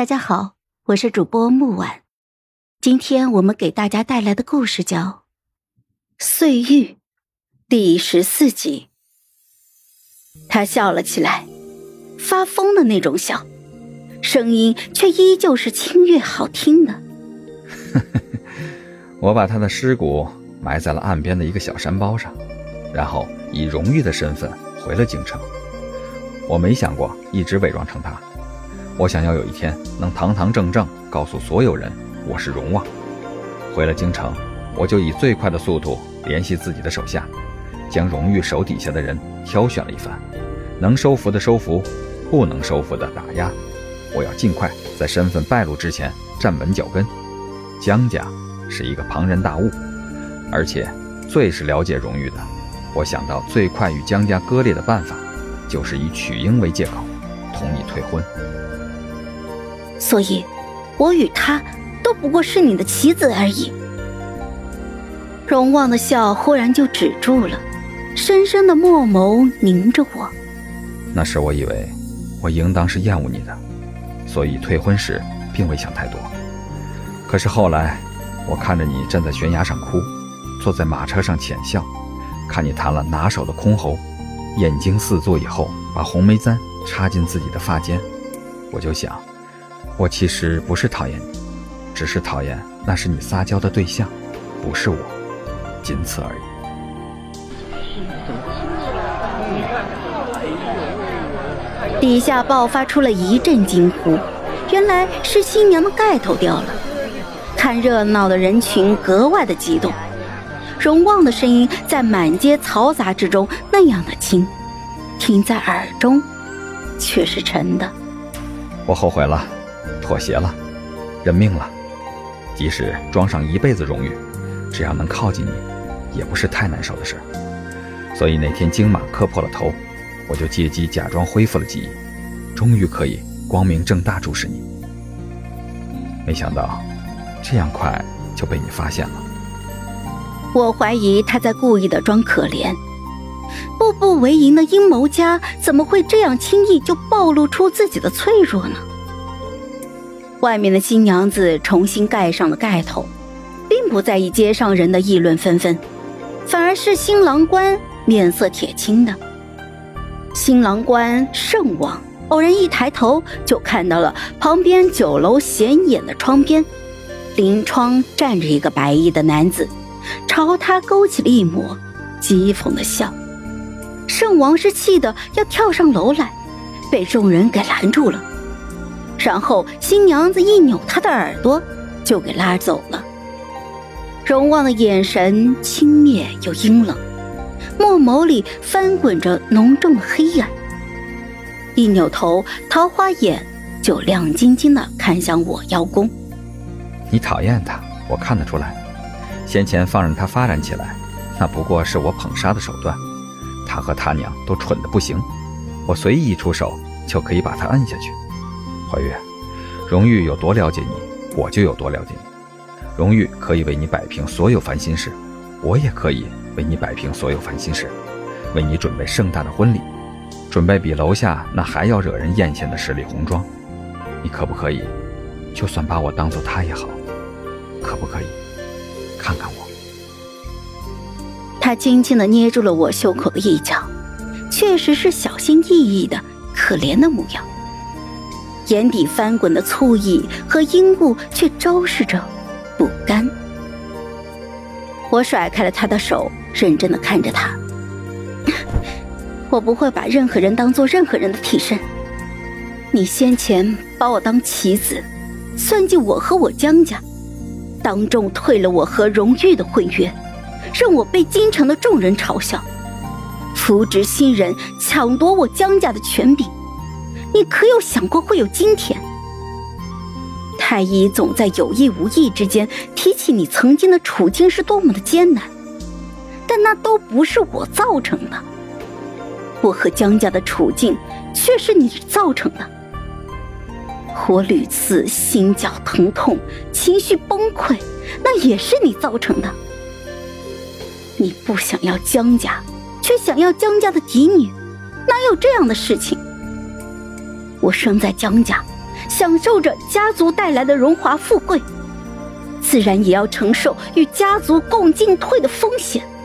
大家好，我是主播木婉。今天我们给大家带来的故事叫《碎玉》第14集。他笑了起来，发疯的那种笑，声音却依旧是清越好听的。 我把他的尸骨埋在了岸边的一个小山包上，然后以荣誉的身份回了京城。我没想过一直伪装成他，我想要有一天能堂堂正正告诉所有人我是荣望。回了京城，我就以最快的速度联系自己的手下，将荣誉手底下的人挑选了一番，能收服的收服，不能收服的打压。我要尽快在身份败露之前站稳脚跟。江家是一个庞然大物，而且最是了解荣誉的。我想到最快与江家割裂的办法，就是以取婴为借口同你退婚。 所以我与他都不过是你的棋子而已。荣望的笑忽然就止住了，深深的墨眸凝着我。 那时我以为我应当是厌恶你的，所以退婚时并未想太多。可是后来我看着你站在悬崖上哭，坐在马车上浅笑，看你弹了拿手的箜篌，眼睛四座以后把红梅簪插进自己的发间，我就想，我其实不是讨厌你，只是讨厌那是你撒娇的对象，不是我，仅此而已。 底下爆发出了一阵惊呼，原来是新娘的盖头掉了。看热闹的人群格外的激动，荣望的声音在满街嘈杂之中那样的轻，听在耳中却是沉的。 我后悔了，妥协了，认命了，即使装上一辈子荣誉，只要能靠近你，也不是太难受的事。所以那天金马磕破了头，我就借机假装恢复了记忆，终于可以光明正大注视你。没想到这样快就被你发现了。 我怀疑他在故意的装可怜，步步为营的阴谋家怎么会这样轻易就暴露出自己的脆弱呢？外面的新娘子重新盖上了盖头，并不在意街上人的议论纷纷，反而是新郎官面色铁青的。新郎官盛王偶然一抬头，就看到了旁边酒楼显眼的窗边，临窗站着一个白衣的男子，朝他勾起了一抹讥讽的笑。圣王是气得要跳上楼来，被众人给拦住了，然后新娘子一扭他的耳朵，就给拉走了。荣望的眼神轻蔑又阴冷，墨眸里翻滚着浓重的黑暗。一扭头，桃花眼就亮晶晶地看向我邀功。 你讨厌他，我看得出来。先前放任他发展起来，那不过是我捧杀的手段。他和他娘都蠢得不行，我随意一出手就可以把他摁下去。怀玉，荣誉有多了解你，我就有多了解你。荣誉可以为你摆平所有烦心事，我也可以为你摆平所有烦心事，为你准备盛大的婚礼，准备比楼下那还要惹人艳羡的十里红妆。你可不可以，就算把我当作他也好，可不可以看看我？ 他轻轻地捏住了我袖口的一角，确实是小心翼翼的可怜的模样，眼底翻滚的醋意和阴雾却昭示着不甘。我甩开了他的手，认真地看着他。我不会把任何人当作任何人的替身，你先前把我当棋子，算计我和我江家，当众退了我和荣誉的婚约，让我被京城的众人嘲笑，扶植新人，抢夺我江家的权柄。你可有想过会有今天？太医总在有意无意之间提起你曾经的处境是多么的艰难，但那都不是我造成的。我和江家的处境却是你造成的。我屡次心绞疼痛，情绪崩溃，那也是你造成的。你不想要江家，却想要江家的嫡女，哪有这样的事情？我生在江家， 享受着家族带来的荣华富贵，自然也要承受与家族共进退的风险。